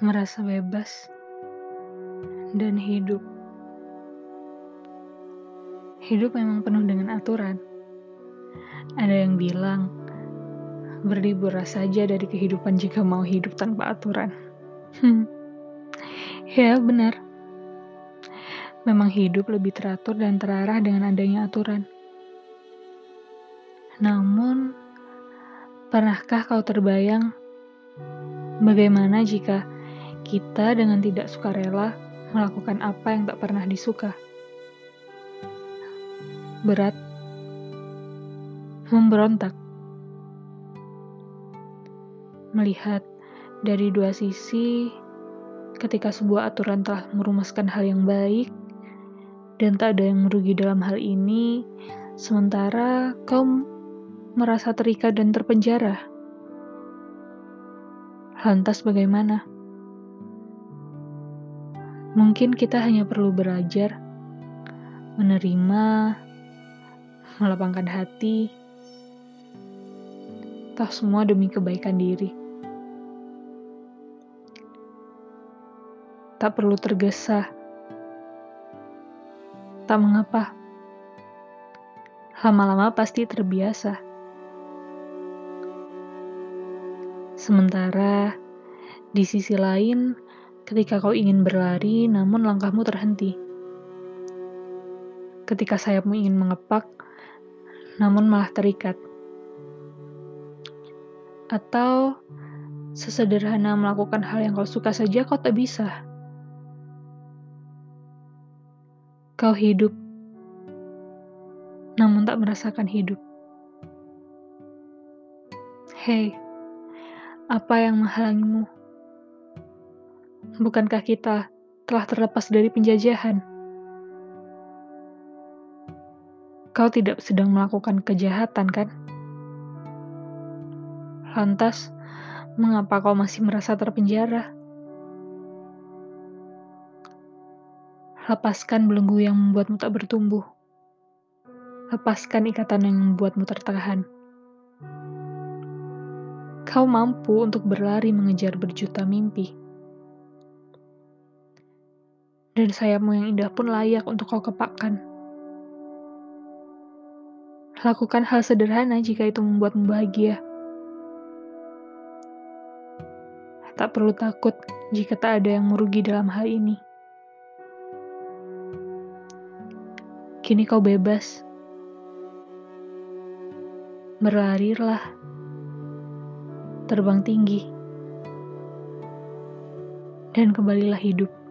Merasa bebas dan hidup. Hidup memang penuh dengan aturan. Ada yang bilang, berliburlah saja dari kehidupan jika mau hidup tanpa aturan. Ya benar, memang hidup lebih teratur dan terarah dengan adanya aturan. Namun, pernahkah kau terbayang bagaimana jika kita dengan tidak sukarela melakukan apa yang tak pernah disuka? Berat, memberontak, melihat dari dua sisi ketika sebuah aturan telah merumuskan hal yang baik dan tak ada yang merugi dalam hal ini, sementara kau merasa terikat dan terpenjara. Lantas bagaimana? Mungkin kita hanya perlu belajar, menerima, melapangkan hati, toh semua demi kebaikan diri. Tak perlu tergesa, tak mengapa. Lama-lama pasti terbiasa. Sementara di sisi lain, ketika kau ingin berlari namun langkahmu terhenti. Ketika sayapmu ingin mengepak, namun malah terikat. Atau sesederhana melakukan hal yang kau suka saja kau tak bisa. Kau hidup, namun tak merasakan hidup. Hei, apa yang menghalangimu? Bukankah kita telah terlepas dari penjajahan? Kau tidak sedang melakukan kejahatan, kan? Lantas, mengapa kau masih merasa terpenjara? Lepaskan belenggu yang membuatmu tak bertumbuh. Lepaskan ikatan yang membuatmu tertahan. Kau mampu untuk berlari mengejar berjuta mimpi. Dan sayapmu yang indah pun layak untuk kau kepakkan. Lakukan hal sederhana jika itu membuatmu bahagia. Tak perlu takut jika tak ada yang merugi dalam hal ini. Kini kau bebas. Berlarilah. Terbang tinggi. Dan kembalilah hidup.